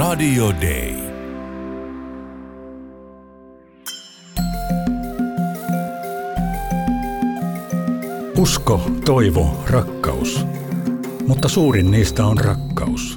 Radio Day. Usko, toivo, rakkaus. Mutta suurin niistä on rakkaus.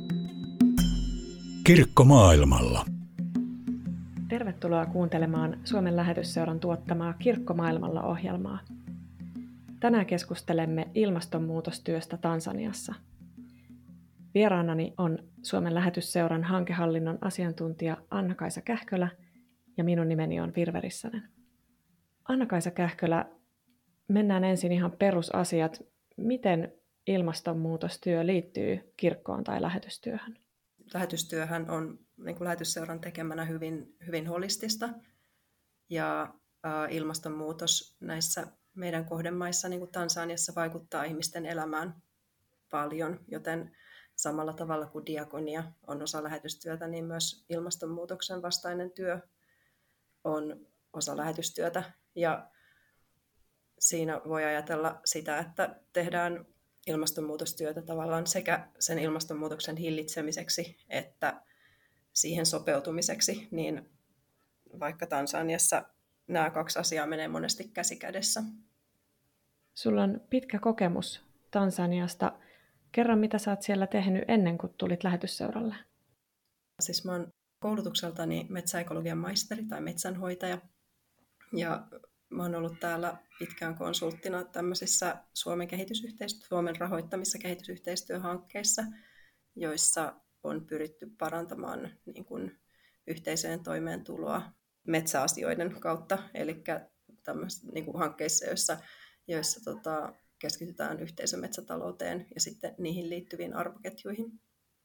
Kirkko maailmalla. Tervetuloa kuuntelemaan Suomen Lähetysseuran tuottamaa Kirkko maailmalla -ohjelmaa. Tänään keskustelemme ilmastonmuutostyöstä Tansaniassa. Vieraanani on Suomen Lähetysseuran hankehallinnon asiantuntija Anna-Kaisa Kähkölä ja minun nimeni on Virve Rissanen. Anna-Kaisa Kähkölä, mennään ensin ihan perusasiat. Miten ilmastonmuutostyö liittyy kirkkoon tai lähetystyöhön? Lähetystyöhän on niin kuin lähetysseuran tekemänä hyvin holistista ja ilmastonmuutos näissä meidän kohdemaissa, niin kuin Tansaniassa, vaikuttaa ihmisten elämään paljon, joten samalla tavalla kuin diakonia on osa lähetystyötä, niin myös ilmastonmuutoksen vastainen työ on osa lähetystyötä. Ja siinä voi ajatella sitä, että tehdään ilmastonmuutostyötä tavallaan sekä sen ilmastonmuutoksen hillitsemiseksi että siihen sopeutumiseksi, niin vaikka Tansaniassa nämä kaksi asiaa menee monesti käsi kädessä. Sulla on pitkä kokemus Tansaniasta. Kerro, mitä sä oot siellä tehnyt ennen kuin tulit lähetysseuralle? Siis mä oon koulutukseltani metsäekologian maisteri tai metsänhoitaja. Ja mä oon ollut täällä pitkään konsulttina tämmöisissä Suomen rahoittamissa kehitysyhteistyöhankkeissa, joissa on pyritty parantamaan niin kuin yhteisöjen toimeentuloa metsäasioiden kautta, eli niin kuin hankkeissa, joissa keskitytään yhteisömetsätalouteen ja sitten niihin liittyviin arvoketjuihin.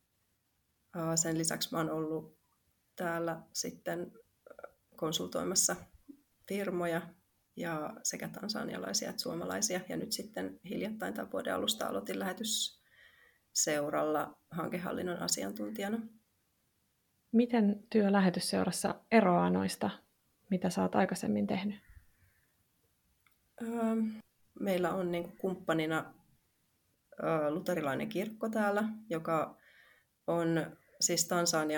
Sen lisäksi mä oon ollut täällä sitten konsultoimassa firmoja ja sekä tansanialaisia että suomalaisia. Ja nyt sitten hiljattain tämän vuoden alusta aloitin lähetysseuralla hankehallinnon asiantuntijana. Miten työ lähetysseurassa eroaa noista, mitä sä oot aikaisemmin tehnyt? Meillä on niin kuin kumppanina luterilainen kirkko täällä, joka on siis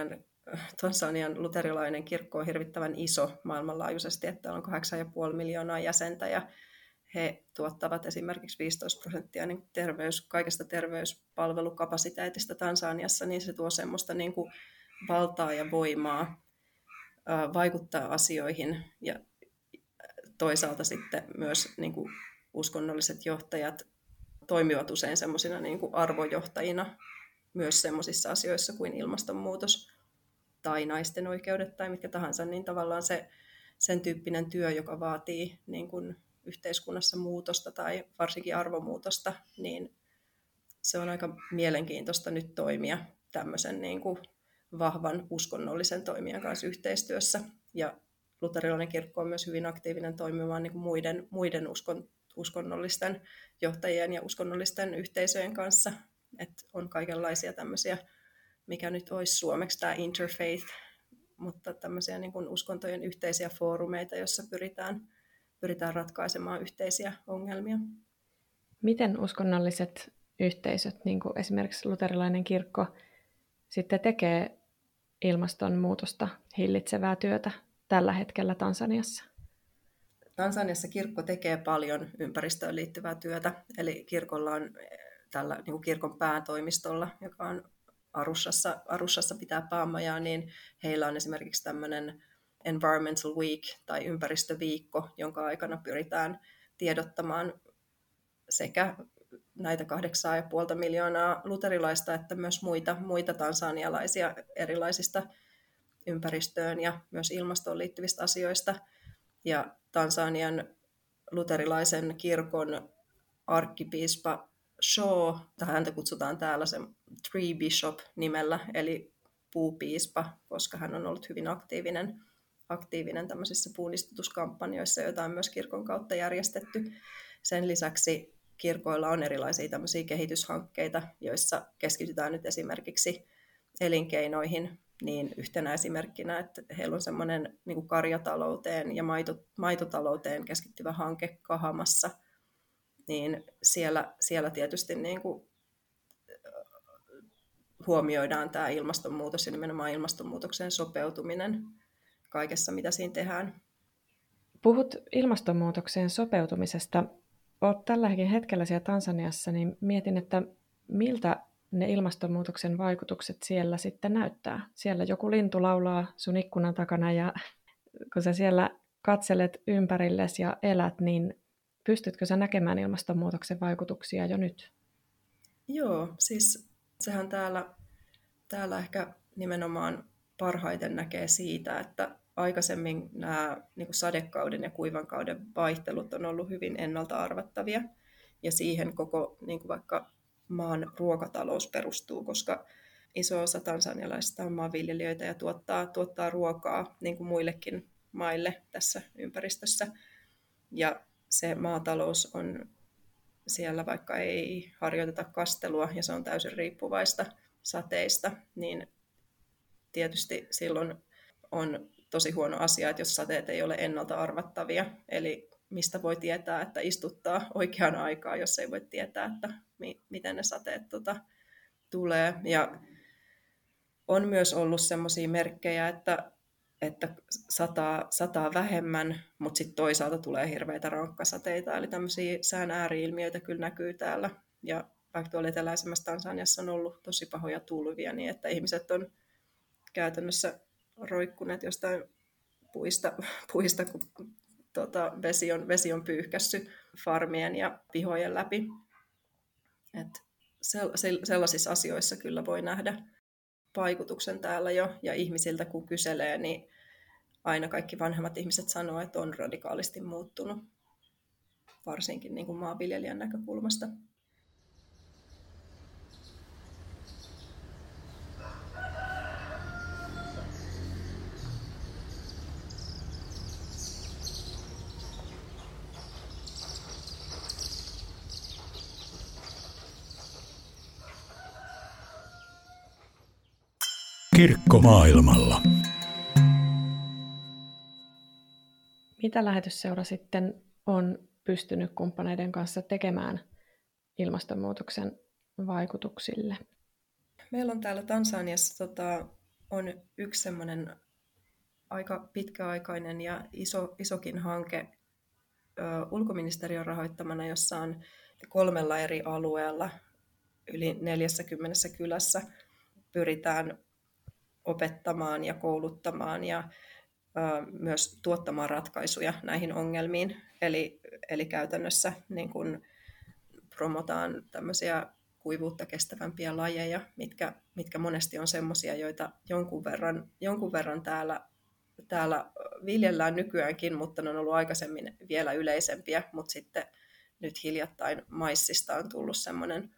Tansanian luterilainen kirkko on hirvittävän iso maailmanlaajuisesti, että täällä on 8,5 miljoonaa jäsentä ja he tuottavat esimerkiksi 15% niin kaikesta terveyspalvelukapasiteetista Tansaniassa, niin se tuo semmoista niin kuin valtaa ja voimaa vaikuttaa asioihin ja toisaalta sitten myös niin kuin uskonnolliset johtajat toimivat usein semmoisina niin kuin arvojohtajina myös semmoisissa asioissa kuin ilmastonmuutos tai naisten oikeudet tai mitkä tahansa, niin tavallaan sen tyyppinen työ, joka vaatii niin kuin yhteiskunnassa muutosta tai varsinkin arvomuutosta, niin se on aika mielenkiintoista nyt toimia tämmöisen niin kuin vahvan uskonnollisen toimijan kanssa yhteistyössä. Ja luterilainen kirkko on myös hyvin aktiivinen toimimaan niin kuin muiden uskonnollisten johtajien ja uskonnollisten yhteisöjen kanssa. Että on kaikenlaisia tämmöisiä, mikä nyt olisi suomeksi tämä interfaith, mutta tämmöisiä niin kuin uskontojen yhteisiä foorumeita, joissa pyritään ratkaisemaan yhteisiä ongelmia. Miten uskonnolliset yhteisöt, niin kuin esimerkiksi luterilainen kirkko, sitten tekee ilmastonmuutosta hillitsevää työtä tällä hetkellä Tansaniassa? Tansaniassa kirkko tekee paljon ympäristöön liittyvää työtä, eli kirkolla on tällä niin kuin kirkon päätoimistolla, joka on Arushassa pitää päämajaa, niin heillä on esimerkiksi tämmöinen Environmental Week tai ympäristöviikko, jonka aikana pyritään tiedottamaan sekä näitä 8,5 miljoonaa luterilaista, että myös muita tansanialaisia erilaisista ympäristöön ja myös ilmastoon liittyvistä asioista. Ja Tansanian luterilaisen kirkon arkkipiispa Shaw, häntä kutsutaan täällä se Tree Bishop nimellä, eli puupiispa, koska hän on ollut hyvin aktiivinen tämmöisissä puunistutuskampanjoissa, joita on myös kirkon kautta järjestetty. Sen lisäksi kirkoilla on erilaisia tämmöisiä kehityshankkeita, joissa keskitytään nyt esimerkiksi elinkeinoihin, niin yhtenä esimerkkinä, että heillä on semmoinen niin kuin karjatalouteen ja maitotalouteen keskittyvä hanke Kahamassa, niin siellä tietysti niin kuin huomioidaan tämä ilmastonmuutos ja nimenomaan ilmastonmuutokseen sopeutuminen kaikessa, mitä siinä tehdään. Puhut ilmastonmuutokseen sopeutumisesta. Olet tälläkin hetkellä siellä Tansaniassa, niin mietin, että miltä ne ilmastonmuutoksen vaikutukset siellä sitten näyttää. Siellä joku lintu laulaa sun ikkunan takana ja kun sä siellä katselet ympärillesi ja elät, niin pystytkö sä näkemään ilmastonmuutoksen vaikutuksia jo nyt? Joo, siis sehän täällä ehkä nimenomaan parhaiten näkee siitä, että aikaisemmin nämä niin kuin sadekauden ja kuivan kauden vaihtelut on ollut hyvin ennalta arvattavia. Ja siihen koko niin kuin vaikka maan ruokatalous perustuu, koska iso osa tansanialaisista on maanviljelijöitä ja tuottaa ruokaa niin kuin muillekin maille tässä ympäristössä. Ja se maatalous on siellä, vaikka ei harjoiteta kastelua ja se on täysin riippuvaista sateista, niin tietysti silloin on tosi huono asia, että jos sateet ei ole ennalta arvattavia. Eli mistä voi tietää, että istuttaa oikeaan aikaan, jos ei voi tietää, että miten ne sateet tulee. Ja on myös ollut sellaisia merkkejä, että sataa vähemmän, mutta sitten toisaalta tulee hirveitä rankkasateita. Eli tämmöisiä sään ääri-ilmiöitä kyllä näkyy täällä. Ja vaikka tuolla eteläisemmässä Tansaniassa on ollut tosi pahoja tulvia, niin että ihmiset on käytännössä roikkuneet jostain puista kun vesi on pyyhkässyt farmien ja pihojen läpi. Et sellaisissa asioissa kyllä voi nähdä vaikutuksen täällä jo, ja ihmisiltä kun kyselee, niin aina kaikki vanhemmat ihmiset sanoo, että on radikaalisti muuttunut, varsinkin niin kuin maanviljelijän näkökulmasta. Kirkko maailmalla. Mitä lähetysseura sitten on pystynyt kumppaneiden kanssa tekemään ilmastonmuutoksen vaikutuksille? Meillä on täällä Tansaniassa on yksi semmoinen aika pitkäaikainen ja isokin hanke ulkoministeriön rahoittamana, jossa on 3 eri alueella yli 40 kylässä pyritään opettamaan ja kouluttamaan ja myös tuottamaan ratkaisuja näihin ongelmiin. Eli käytännössä niin kun promotaan tämmöisiä kuivuutta kestävämpiä lajeja, mitkä monesti on semmoisia, joita jonkun verran täällä viljellään nykyäänkin, mutta ne on ollut aikaisemmin vielä yleisempiä, mutta sitten nyt hiljattain maissista on tullut semmoinen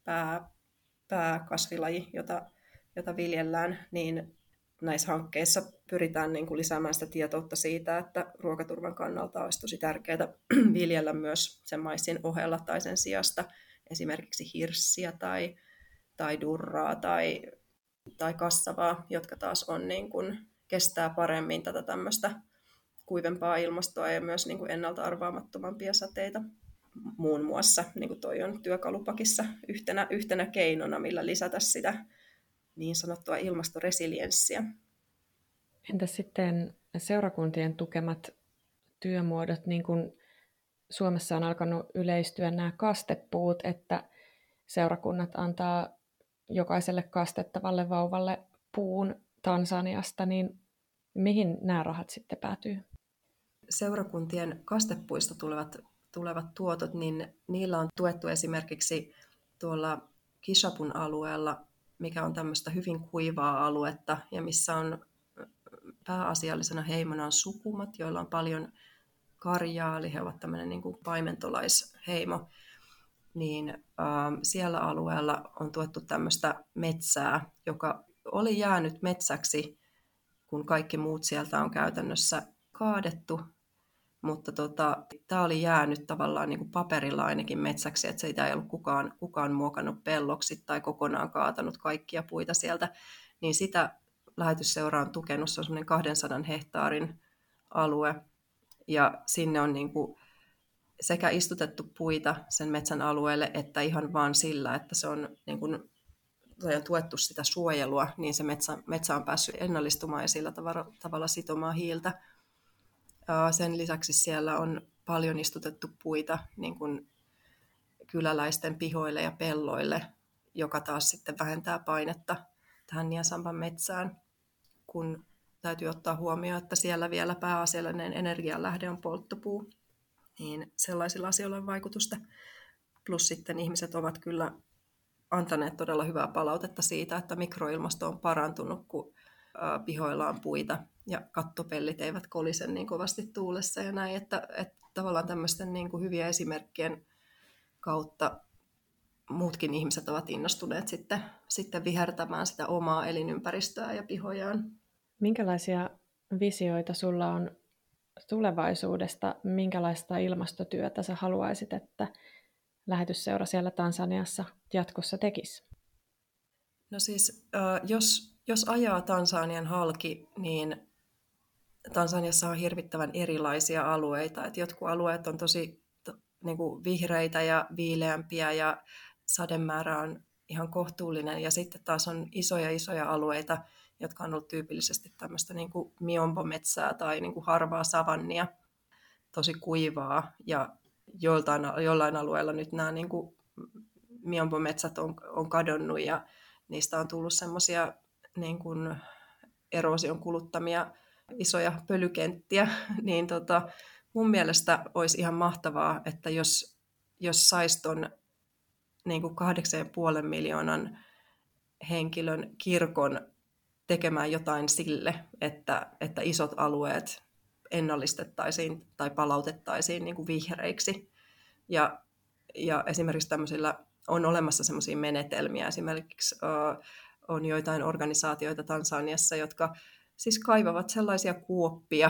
pääkasvilaji, jota viljellään, niin näissä hankkeissa pyritään niin kuin lisäämään sitä tietoutta siitä, että ruokaturvan kannalta olisi tosi tärkeää viljellä myös sen maissin ohella tai sen sijasta esimerkiksi hirssiä tai durraa tai kassavaa, jotka taas on niin kuin, kestää paremmin tätä tämmöistä kuivempaa ilmastoa ja myös niin kuin ennalta arvaamattomampia sateita. Muun muassa niin kuin toi on työkalupakissa yhtenä keinona, millä lisätä sitä niin sanottua ilmastoresilienssiä. Entäs sitten seurakuntien tukemat työmuodot, niin kuin Suomessa on alkanut yleistyä nämä kastepuut, että seurakunnat antaa jokaiselle kastettavalle vauvalle puun Tansaniasta, niin mihin nämä rahat sitten päätyy? Seurakuntien kastepuista tulevat tuotot, niin niillä on tuettu esimerkiksi tuolla Kishapun alueella, mikä on tämmöistä hyvin kuivaa aluetta ja missä on pääasiallisena heimona on sukumat, joilla on paljon karjaa, eli he ovat tämmöinen niin kuin paimentolaisheimo, niin siellä alueella on tuettu tämmöistä metsää, joka oli jäänyt metsäksi, kun kaikki muut sieltä on käytännössä kaadettu, mutta tämä oli jäänyt tavallaan niin kuin paperilla ainakin metsäksi, että sitä ei ollut kukaan muokannut pelloksi tai kokonaan kaatanut kaikkia puita sieltä, niin sitä lähetysseura on tukenut. Se on semmoinen 200 hehtaarin alue ja sinne on niin kuin sekä istutettu puita sen metsän alueelle, että ihan vaan sillä, että se on niin kuin tai on tuettu sitä suojelua, niin se metsä on päässyt ennallistumaan ja sillä tavalla sitomaan hiiltä. Sen lisäksi siellä on paljon istutettu puita niin kuin kyläläisten pihoille ja pelloille, joka taas sitten vähentää painetta tähän Nyasamban metsään, kun täytyy ottaa huomioon, että siellä vielä pääasiallinen energianlähde on polttopuu, niin sellaisilla asioilla on vaikutusta. Plus sitten ihmiset ovat kyllä antaneet todella hyvää palautetta siitä, että mikroilmasto on parantunut, kun pihoilla on puita ja kattopellit eivät kolise niin kovasti tuulessa ja näin, että tavallaan tämmöisten niin kuin hyviä esimerkkien kautta muutkin ihmiset ovat innostuneet sitten vihertämään sitä omaa elinympäristöä ja pihojaan. Minkälaisia visioita sulla on tulevaisuudesta? Minkälaista ilmastotyötä sä haluaisit, että lähetysseura siellä Tansaniassa jatkossa tekisi? No siis, jos ajaa Tansanian halki, niin Tansaniassa on hirvittävän erilaisia alueita. Et jotkut alueet on tosi niin kuin vihreitä ja viileämpiä ja sademäärä on ihan kohtuullinen. Ja sitten taas on isoja alueita, jotka on ollut tyypillisesti tämmöistä niin kuin miombometsää tai niin kuin harvaa savannia, tosi kuivaa. Ja jollain alueella nyt nämä niin kuin miombometsät on kadonnut ja niistä on tullut semmoisia niin kuin eroosion kuluttamia isoja pölykenttiä, niin mun mielestä olisi ihan mahtavaa, että jos saisi ton niin kuin 8,5 miljoonan henkilön kirkon tekemään jotain sille, että isot alueet ennallistettaisiin tai palautettaisiin niin kuin vihreiksi. Ja esimerkiksi tämmöisillä on olemassa semmoisia menetelmiä. Esimerkiksi on joitain organisaatioita Tansaniassa, jotka siis kaivavat sellaisia kuoppia,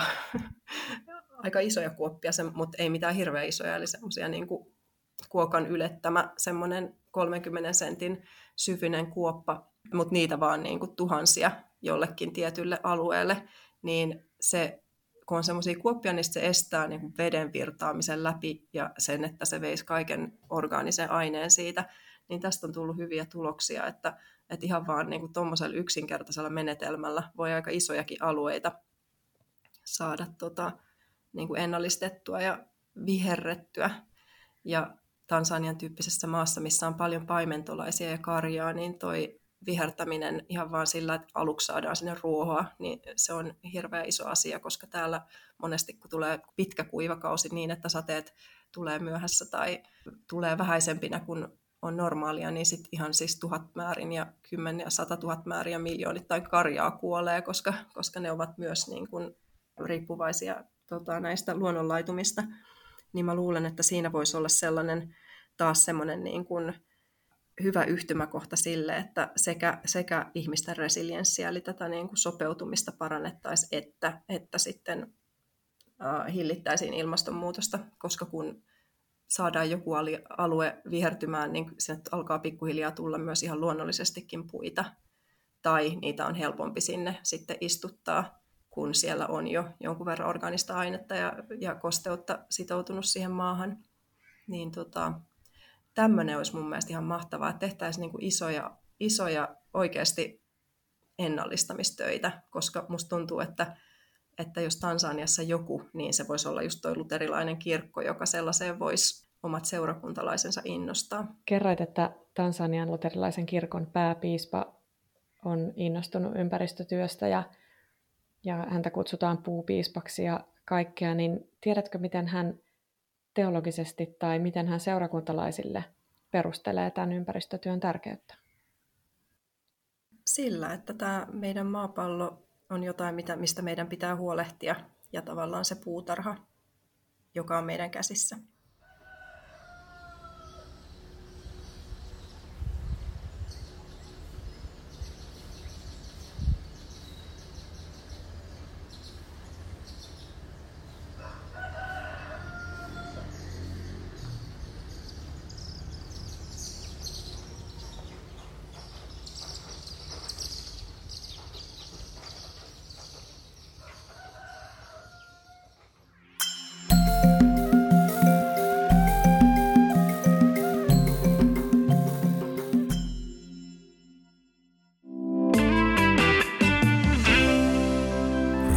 aika isoja kuoppia, mutta ei mitään hirveän isoja, eli semmoisia niin kuin kuokan ylettämä semmoinen 30 sentin syvyinen kuoppa, mutta niitä vaan niin kuin tuhansia jollekin tietylle alueelle, niin se, kun on semmoisia kuoppia, niin se estää niin kuin veden virtaamisen läpi ja sen, että se veisi kaiken orgaanisen aineen siitä, niin tästä on tullut hyviä tuloksia, että ihan vaan niin kuin tuommoisella yksinkertaisella menetelmällä voi aika isojakin alueita saada niin kuin ennallistettua ja viherrettyä. Ja Tansanian tyyppisessä maassa, missä on paljon paimentolaisia ja karjaa, niin toi vihertäminen ihan vaan sillä, että aluksi saadaan sinne ruohoa, niin se on hirveän iso asia, koska täällä monesti kun tulee pitkä kuivakausi niin, että sateet tulee myöhässä tai tulee vähäisempinä kuin on normaalia, niin sitten ihan siis 1000 määrin ja 10 ja 100 000 määrin ja miljoonittain karjaa kuolee, koska ne ovat myös niin kuin riippuvaisia näistä luonnonlaitumista. Niin mä luulen, että siinä voisi olla taas semmoinen niin kuin hyvä yhtymäkohta sille, että sekä ihmisten resilienssiä, eli tätä niin kuin sopeutumista parannettaisiin, että sitten hillittäisiin ilmastonmuutosta, koska kun saadaan joku alue vihertymään, niin sinne alkaa pikkuhiljaa tulla myös ihan luonnollisestikin puita, tai niitä on helpompi sinne sitten istuttaa, kun siellä on jo jonkun verran orgaanista ainetta ja kosteutta sitoutunut siihen maahan. Niin tämmöinen olisi mun mielestä ihan mahtavaa, että tehtäisiin niin kuin isoja oikeasti ennallistamistöitä, koska musta tuntuu, että jos Tansaniassa joku, niin se voisi olla just toi luterilainen kirkko, joka sellaiseen voisi omat seurakuntalaisensa innostaa. Kerroit, että Tansanian luterilaisen kirkon pääpiispa on innostunut ympäristötyöstä ja häntä kutsutaan puupiispaksi ja kaikkea, niin tiedätkö, miten hän teologisesti tai miten hän seurakuntalaisille perustelee tämän ympäristötyön tärkeyttä? Sillä, että tämä meidän maapallo on jotain, mistä meidän pitää huolehtia, ja tavallaan se puutarha, joka on meidän käsissä.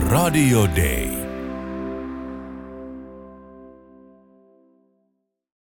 Radio Day.